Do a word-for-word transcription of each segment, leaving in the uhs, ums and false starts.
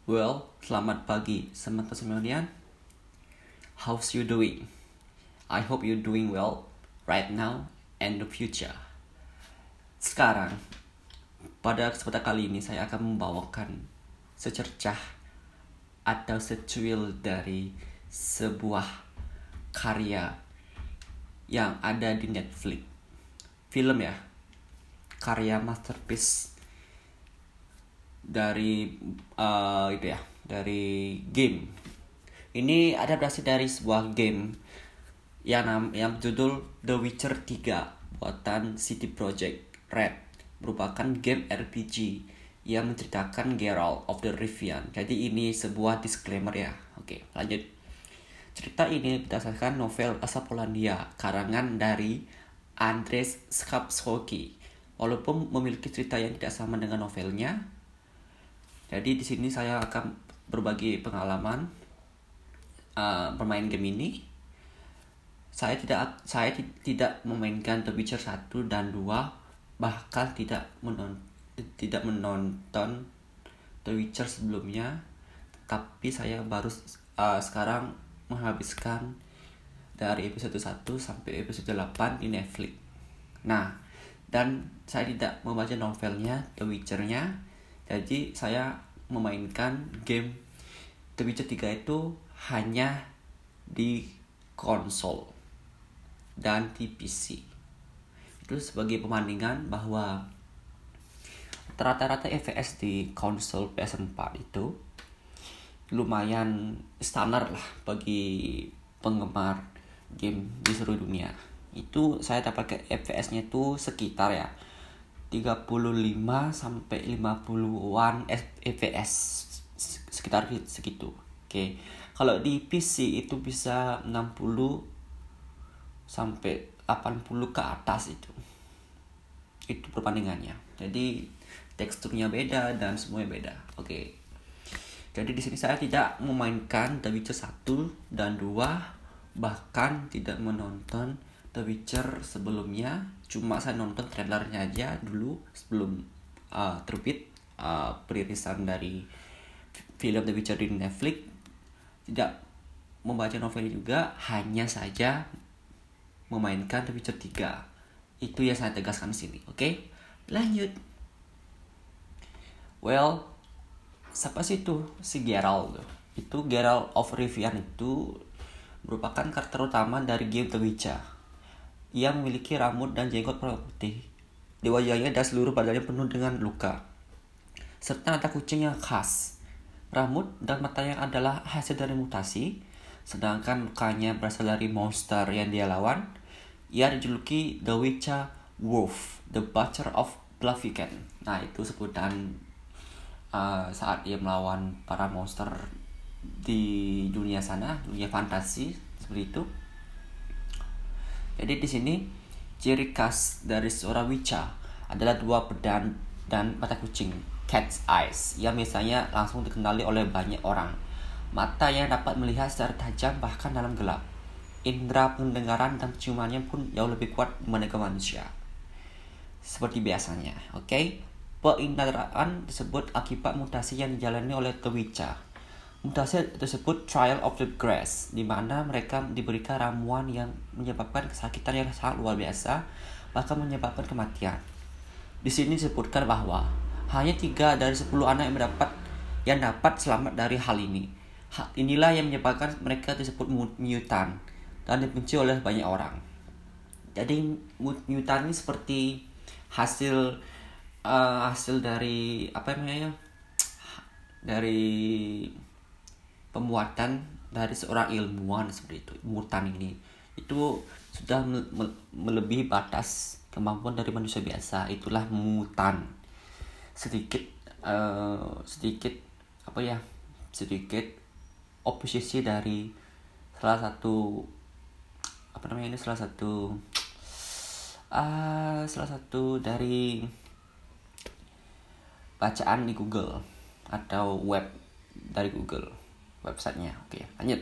Well, selamat pagi, teman-teman sekalian. How's you doing? I hope you're doing well right now and the future. Sekarang, pada kesempatan kali ini saya akan membawakan secercah atau secuil dari sebuah karya yang ada di Netflix. Film ya, karya masterpiece dari uh, itu ya, dari game. Ini adaptasi dari sebuah game yang nam yang judul The Witcher tiga buatan C D Projekt Red, merupakan game R P G yang menceritakan Geralt of the Rivian. Jadi ini sebuah disclaimer ya. Oke, lanjut. Cerita ini berdasarkan novel asal Polandia karangan dari Andrzej Sapkowski. Walaupun memiliki cerita yang tidak sama dengan novelnya, jadi di sini saya akan berbagi pengalaman uh, bermain game ini. Saya tidak saya t- tidak memainkan The Witcher satu dan dua, bahkan tidak menon tidak menonton The Witcher sebelumnya, tapi saya baru uh, sekarang menghabiskan dari episode satu sampai episode delapan di Netflix. Nah, dan saya tidak membaca novelnya The Witcher-nya. Jadi saya memainkan game The Witcher tiga itu hanya di konsol dan di P C. Itu sebagai pemandangan bahwa rata-rata F P S di konsol P S empat itu lumayan standar lah bagi penggemar game di seluruh dunia. Itu saya dapat F P S-nya itu sekitar ya tiga puluh lima sampai lima puluhan F P S, sekitar segitu. Oke. Kalau di P C itu bisa enam puluh sampai delapan puluh ke atas itu. Itu perbandingannya. Jadi teksturnya beda dan semuanya beda. Oke. Jadi di sini saya tidak memainkan The Witcher satu dan dua, bahkan tidak menonton The Witcher sebelumnya. Cuma saya nonton trailernya aja dulu sebelum uh, terbit uh, peririsan dari film The Witcher di Netflix. Tidak membaca novel juga, hanya saja memainkan The Witcher tiga. Itu yang saya tegaskan di sini. Oke, okay? Lanjut. Well, siapa sih itu si Geralt? Itu Geralt of Rivian itu merupakan karakter utama dari game The Witcher. Ia memiliki rambut dan jenggot berwarna putih. Di wajahnya dan seluruh badannya penuh dengan luka, serta mata kucing yang khas. Rambut dan matanya adalah hasil dari mutasi, sedangkan lukanya berasal dari monster yang dia lawan. Ia dijuluki The Witcher Wolf, The Butcher of Blaviken. Nah, itu sebutan uh, saat ia melawan para monster di dunia sana, dunia fantasi seperti itu. Jadi di sini ciri khas dari seorang Witcher adalah dua pedang dan mata kucing, cat's eyes, yang biasanya langsung dikenali oleh banyak orang. Mata yang dapat melihat secara tajam bahkan dalam gelap. Indera pendengaran dan penciumannya pun jauh lebih kuat dibandingkan manusia, seperti biasanya. Oke, okay? Penginderaan tersebut akibat mutasi yang dijalani oleh The Witcher. Mutasi tersebut Trial of the Grass, di mana mereka diberikan ramuan yang menyebabkan kesakitan yang sangat luar biasa, bahkan menyebabkan kematian. Di sini disebutkan bahwa hanya tiga dari sepuluh anak yang mendapat yang dapat selamat dari hal ini. Hal inilah yang menyebabkan mereka disebut mutan dan dibenci oleh banyak orang. Jadi mutan ini seperti hasil uh, hasil dari apa namanya? Dari pembuatan dari seorang ilmuwan seperti itu. Mutan ini itu sudah melebihi batas kemampuan dari manusia biasa. Itulah mutan. Sedikit uh, sedikit apa ya sedikit oposisi dari salah satu apa namanya ini salah satu uh, salah satu dari bacaan di Google atau web dari Google websitenya. Oke, lanjut.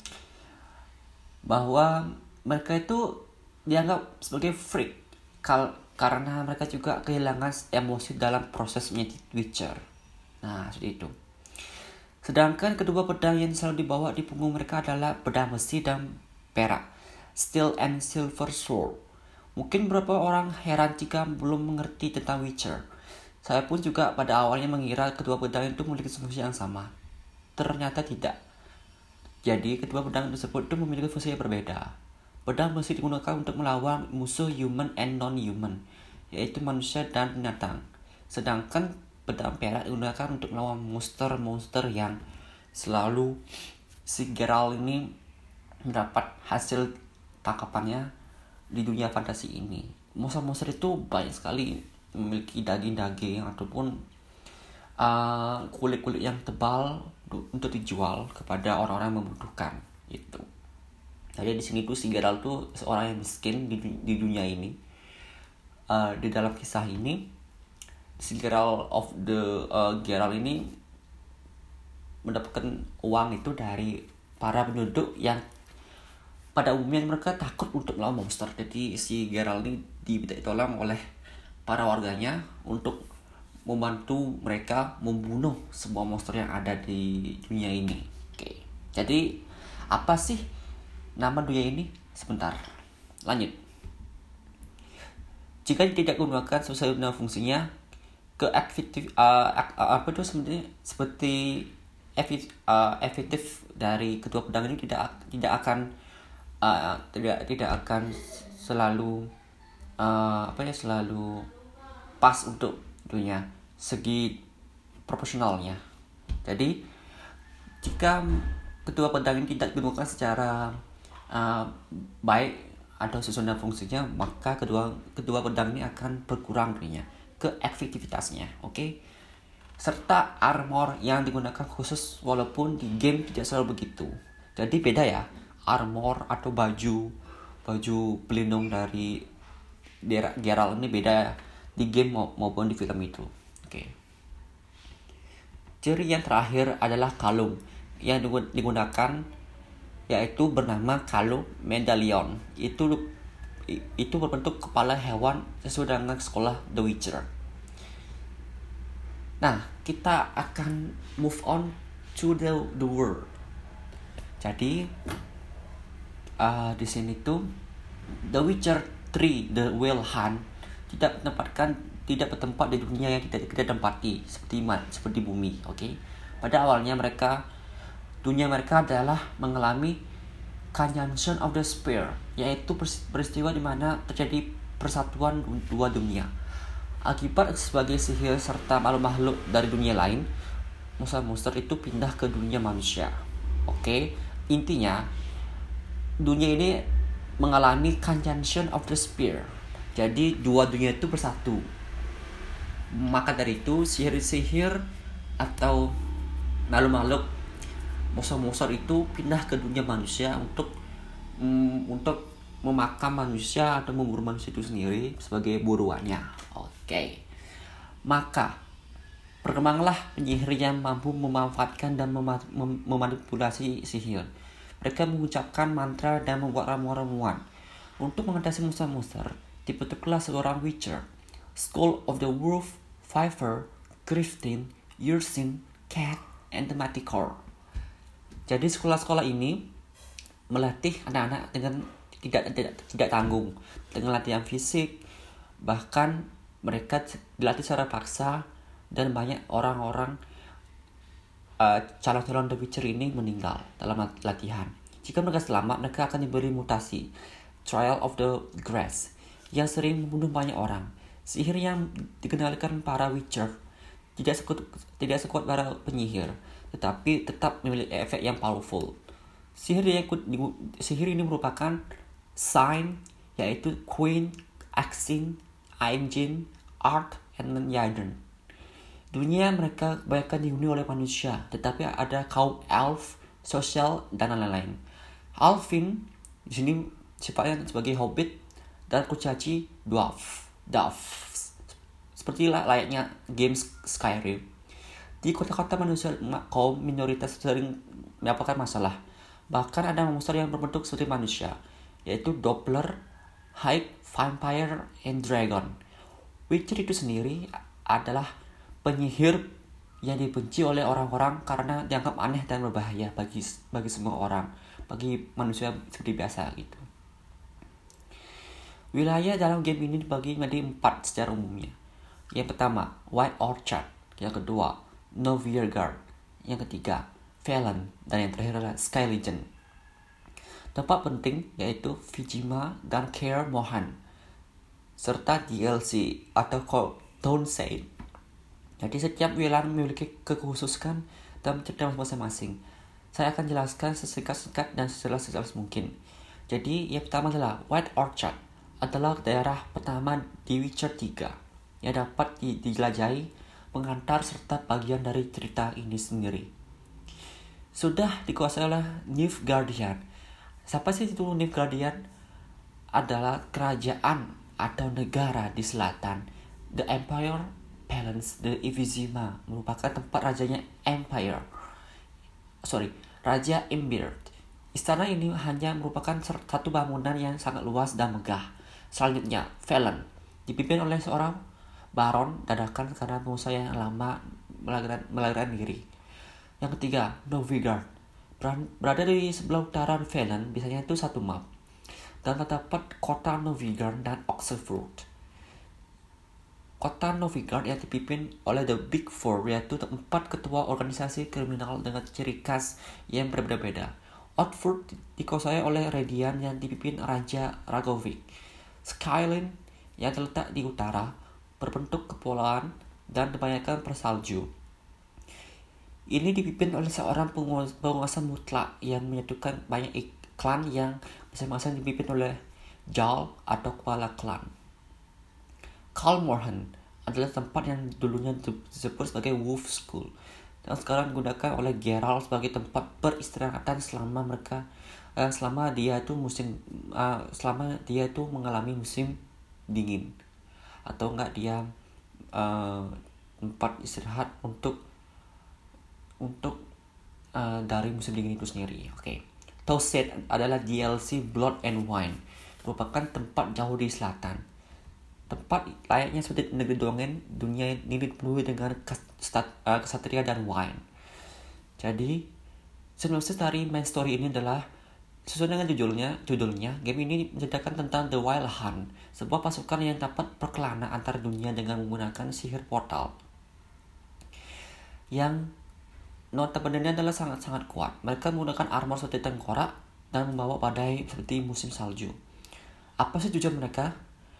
Bahwa mereka itu dianggap sebagai freak kal- karena mereka juga kehilangan emosi dalam proses menjadi Witcher. Nah, seperti itu. Sedangkan kedua pedang yang selalu dibawa di punggung mereka adalah pedang besi dan perak, steel and silver sword. Mungkin beberapa orang heran jika belum mengerti tentang Witcher. Saya pun juga pada awalnya mengira kedua pedang itu memiliki fungsi yang sama. Ternyata tidak. Jadi kedua pedang tersebut itu memiliki fungsi yang berbeda. Pedang besi digunakan untuk melawan musuh human and non-human, yaitu manusia dan binatang. Sedangkan pedang perak digunakan untuk melawan monster-monster yang selalu si Geralt ini mendapat hasil tangkapannya di dunia fantasi ini. Monster-monster itu banyak sekali memiliki daging-daging ataupun uh, kulit-kulit yang tebal untuk dijual kepada orang-orang yang membutuhkan itu. Jadi di sini tuh si Geralt tuh seorang yang miskin di, di dunia ini. Uh, di dalam kisah ini si Geralt of the uh, Geralt ini mendapatkan uang itu dari para penduduk yang pada umumnya mereka takut untuk melawan monster. Jadi si Geralt ini diminta tolong oleh para warganya untuk membantu mereka membunuh semua monster yang ada di dunia ini. Oke. Jadi apa sih nama dunia ini? Sebentar. Lanjut. Jika tidak menggunakan sesuai dengan fungsinya, ke efektif uh, apa itu sebenarnya seperti efektif, uh, efektif dari kedua pedang ini tidak tidak akan Uh, tidak tidak akan selalu uh, apa ya selalu pas untuk dunia segi proporsionalnya. Jadi jika kedua pedang ini tidak digunakan secara uh, baik atau sesuai dengan fungsinya, maka kedua kedua pedang ini akan berkurang dunia ke efektivitasnya. Oke. Okay? Serta armor yang digunakan khusus walaupun di game tidak selalu begitu. Jadi beda ya. Armor atau baju baju pelindung dari Geralt ini beda di game maupun di film itu. Oke. Okay. Ciri yang terakhir adalah kalung yang digunakan yaitu bernama kalung medallion. Itu itu berbentuk kepala hewan sesuai dengan sekolah The Witcher. Nah, kita akan move on to the the world. Jadi Uh, di sini tuh The Witcher tiga The Wild Hunt tidak menempatkan tidak bertempat di dunia yang kita kita tempati seperti seperti bumi. Oke. Okay? Pada awalnya mereka dunia mereka adalah mengalami Conjunction of the Spear, yaitu peristiwa di mana terjadi persatuan dua dunia. Akibat sebagai sihir serta makhluk-makhluk dari dunia lain, monster-monster itu pindah ke dunia manusia. Oke. Okay? Intinya dunia ini mengalami Conjunction of the Spear. Jadi dua dunia itu bersatu. Maka dari itu sihir-sihir atau makhluk-makhluk monster-monster itu pindah ke dunia manusia untuk mm, untuk memakam manusia atau memburu manusia itu sendiri sebagai buruannya. Oke. Okay. Maka berkembanglah penyihir yang mampu memanfaatkan dan mem- mem- memanipulasi sihir. Mereka mengucapkan mantra dan membuat ramuan-ramuan. Untuk mengatasi monster-monster, dibentuklah seorang Witcher. Skull of the Wolf, Viper, Griffin, Ursin, Cat, and the Manticore. Jadi sekolah-sekolah ini melatih anak-anak dengan tidak tidak tidak tanggung, dengan latihan fisik, bahkan mereka dilatih secara paksa dan banyak orang-orang Uh, calon-calon The Witcher ini meninggal dalam latihan. Jika mereka selamat, mereka akan diberi mutasi Trial of the Grass yang sering membunuh banyak orang. Sihir yang dikendalikan para Witcher tidak sekuat, tidak sekuat para penyihir, tetapi tetap memiliki efek yang powerful. Sihir yang ikut, sihir ini merupakan sign yaitu Queen, Axin, Aimjin, Art, and Yaden. Dunia mereka kebanyakan dihuni oleh manusia, tetapi ada kaum elf, sosial, dan lain-lain. Alvin di sini sifatnya sebagai hobbit dan kurcaci dwarf, dwarf. Seperti layaknya games Skyrim. Di kota-kota manusia kaum minoritas sering mendapatkan masalah. Bahkan ada monster yang berbentuk seperti manusia, yaitu Doppler, High, Vampire, and Dragon. Witcher itu sendiri adalah penyihir yang dibenci oleh orang-orang karena dianggap aneh dan berbahaya bagi bagi semua orang, bagi manusia seperti biasa gitu. Wilayah dalam game ini dibagi menjadi empat secara umumnya. Yang pertama, White Orchard. Yang kedua, Novigrad. Yang ketiga, Velen. Dan yang terakhir adalah Sky Legend. Tempat penting yaitu Vijima dan Kaer Mohan, serta D L C atau Downside. Jadi setiap wilayah memiliki kekhususan dan cerita masing-masing. Saya akan jelaskan sesingkat-singkat dan sejelas-jelas mungkin. Jadi yang pertama adalah White Orchard, adalah daerah pertama di Witcher tiga yang dapat dijelajahi, mengantar serta bagian dari cerita ini sendiri. Sudah dikuasai oleh Nilfgaardian. Siapa sih itu Nilfgaardian? Adalah kerajaan atau negara di selatan. The Empire Palace de Vizima merupakan tempat rajanya Empire. Sorry, Raja Imbert. Istana ini hanya merupakan satu bangunan yang sangat luas dan megah. Selanjutnya, Velen, dipimpin oleh seorang baron dadakan karena pengusaha yang lama melarikan diri. Yang ketiga, Novigrad, berada di sebelah utara Velen, biasanya itu satu map. Dan terdapat kota Novigrad dan Oxenfurt. Kota Novigrad yang dipimpin oleh The Big Four, yaitu empat ketua organisasi kriminal dengan ciri khas yang berbeda-beda. Oxford dikuasai oleh Redian yang dipimpin Raja Ragovic. Skyline yang terletak di utara, berbentuk kepulauan dan kebanyakan bersalju. Ini dipimpin oleh seorang penguasa mutlak yang menyatukan banyak klan yang masing-masing dipimpin oleh Jarl atau kepala klan. Kaer Morhen adalah tempat yang dulunya disebut sebagai Wolf School dan sekarang digunakan oleh Geralt sebagai tempat peristirahatan selama mereka uh, selama dia itu musim uh, selama dia itu mengalami musim dingin, atau enggak dia uh, tempat istirahat untuk untuk uh, dari musim dingin itu sendiri. Oke. Okay. Toset adalah D L C Blood and Wine, merupakan tempat jauh di selatan. Tempat layaknya seperti negeri dongeng, dunia ini dipenuhi dengan kesatria dan wine. Jadi, sinopsis dari main story ini adalah sesuai dengan judulnya, judulnya game ini menceritakan tentang The Wild Hunt, sebuah pasukan yang dapat berkelana antar dunia dengan menggunakan sihir portal. Yang notabene adalah sangat-sangat kuat. Mereka menggunakan armor seperti tengkorak dan membawa badai seperti musim salju. Apa sih tujuan mereka?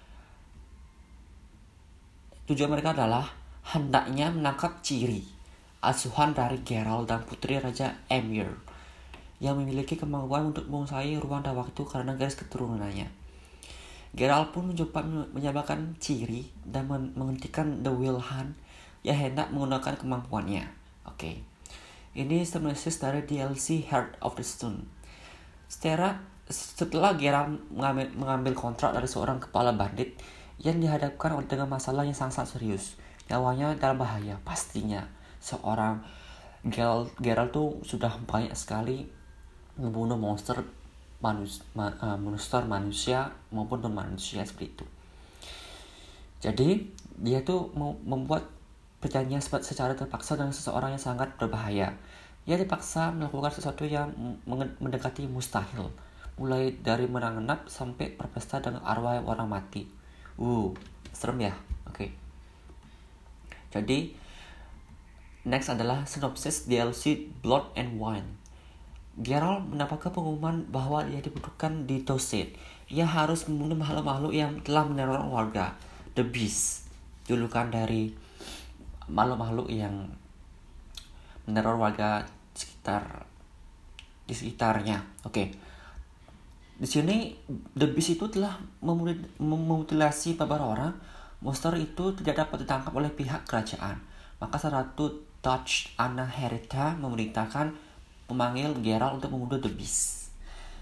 Tujuan mereka adalah hendaknya menangkap Ciri, asuhan dari Geralt dan putri Raja Emhyr, yang memiliki kemampuan untuk menguasai ruang dan waktu karena garis keturunannya. Geralt pun mencoba menyamakan Ciri dan menghentikan The Wild Hunt yang hendak menggunakan kemampuannya. Oke, okay. Ini sinopsis dari D L C Heart of the Stone. Setelah, setelah Geralt mengambil, mengambil kontrak dari seorang kepala bandit yang dihadapkan dengan masalah yang sangat serius, nyawanya dalam bahaya. Pastinya seorang Geralt, Geralt tuh sudah banyak sekali membunuh monster manus, ma, uh, monster manusia maupun non manusia seperti itu. Jadi dia tuh mau membuat perjanjian secara terpaksa dengan seseorang yang sangat berbahaya. Ia dipaksa melakukan sesuatu yang mendekati mustahil, mulai dari mengenap sampai berpesta dengan arwah orang mati. Uh, serem ya. Oke. Okay. Jadi next adalah sinopsis D L C Blood and Wine. Geralt mendapatkan pengumuman bahwa ia dibutuhkan di Toset. Ia harus membunuh makhluk-makhluk yang telah meneror warga, The Beast, julukan dari makhluk-makhluk yang meneror warga sekitar di sekitarnya. Oke. Okay. Di sini The Beast itu telah memutilasi beberapa orang. Monster itu tidak dapat ditangkap oleh pihak kerajaan. Maka Ratu Dutch Anna Herita memerintahkan memanggil Geralt untuk membunuh The Beast.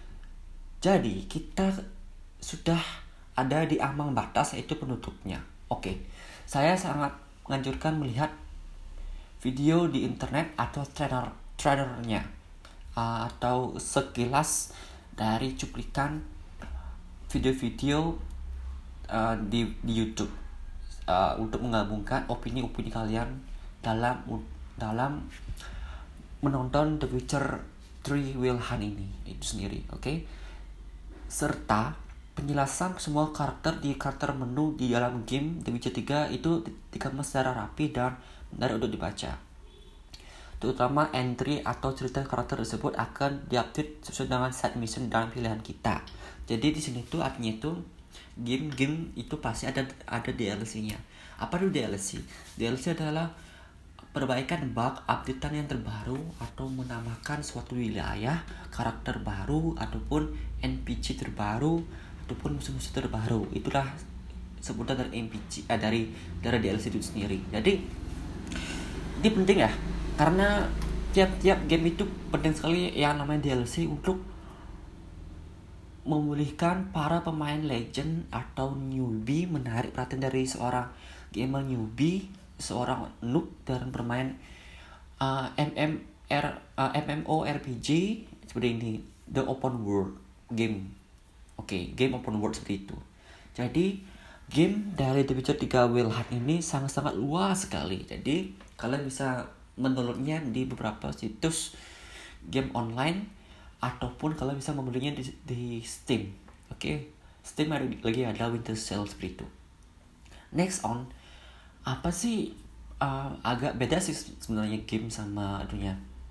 Jadi kita sudah ada di ambang batas, yaitu penutupnya. Oke, saya sangat menganjurkan melihat video di internet atau trailer trailernya uh, atau sekilas dari cuplikan video-video uh, di, di YouTube uh, untuk menggabungkan opini-opini kalian dalam dalam menonton The Witcher tiga Wild Hunt ini itu sendiri, oke? Okay? Serta penjelasan semua karakter di karakter menu di dalam game The Witcher tiga itu dikemas secara rapi dan menarik untuk dibaca. Terutama entry atau cerita karakter tersebut akan diupdate sesuai dengan side mission dan pilihan kita. Jadi di sini tuh artinya itu game-game itu pasti ada ada D L C-nya. Apa itu D L C? D L C adalah perbaikan bug, updatean yang terbaru, atau menambahkan suatu wilayah, karakter baru, ataupun N P C terbaru, ataupun musuh-musuh terbaru. Itulah sebutan dari N P C, eh, dari dari D L C itu sendiri. Jadi ini penting ya, karena tiap-tiap game itu penting sekali yang namanya D L C untuk memulihkan para pemain legend atau newbie, menarik perhatian dari seorang gamer newbie, seorang noob dalam bermain uh, M M R uh, M M O R P G seperti ini, the open world game. Oke, okay, game open world seperti itu. Jadi game dari The Witcher tiga Wild Hunt ini sangat-sangat luas sekali. Jadi kalian bisa mendownloadnya di beberapa situs game online ataupun kalian bisa membelinya di, di Steam. Oke, okay? Steam ada lagi ada Winter Sale seperti itu. Next on, apa sih uh, agak beda sih sebenarnya game sama dunia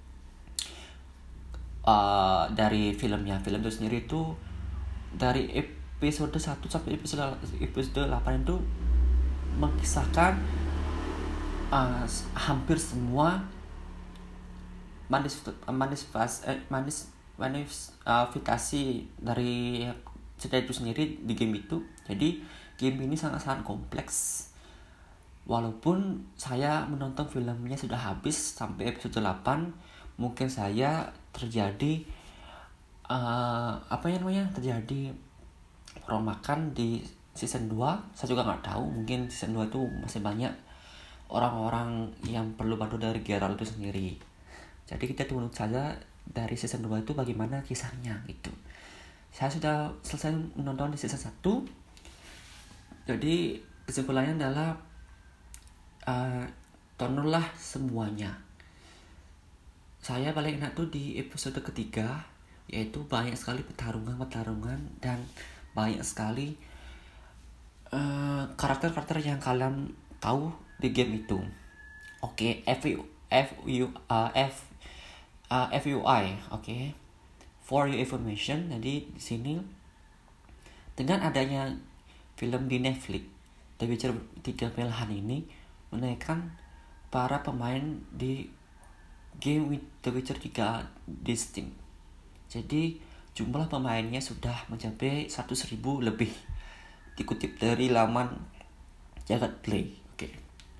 uh, dari filmnya. Film itu sendiri itu dari episode satu sampai episode episode delapan itu mengisahkan uh, hampir semua manis manis eh, manis manifestasi dari cerita itu sendiri di game itu. Jadi game ini sangat-sangat kompleks. Walaupun saya menonton filmnya sudah habis sampai episode delapan, mungkin saya terjadi uh, apa yang namanya terjadi kurang makan di season dua. Saya juga nggak tahu, mungkin season dua itu masih banyak orang-orang yang perlu bantu dari Geralt itu sendiri. Jadi kita tunggu saja dari season dua itu bagaimana kisahnya gitu. Saya sudah selesai menonton di season satu. Jadi kesimpulannya adalah Uh, tontonlah semuanya. Saya paling enak tuh di episode ketiga, yaitu banyak sekali pertarungan-pertarungan dan banyak sekali uh, karakter-karakter yang kalian tahu di game itu. Oke, okay, F U F U uh, F uh, F U I, oke. Okay. For your information, jadi di sini dengan adanya film di Netflix The Witcher tiga Wild Hunt ini menaikkan para pemain di game The Witcher tiga di Steam. Jadi jumlah pemainnya sudah mencapai seratus ribu lebih, dikutip dari laman Jagat Play. Oke,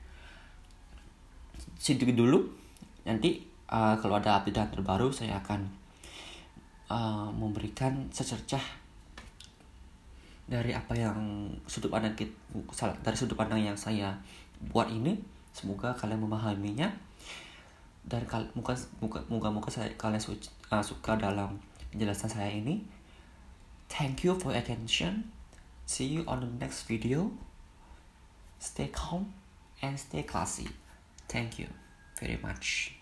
segitu dulu. Nanti uh, kalau ada update terbaru saya akan uh, memberikan secercah dari apa yang sudut pandang kita, dari sudut pandang yang saya buat ini. Semoga kalian memahaminya dan kal- muka muka muka muka saya kalian su- uh, suka dalam penjelasan saya ini. Thank you for your attention. See you on the next video. Stay calm and stay classy. Thank you very much.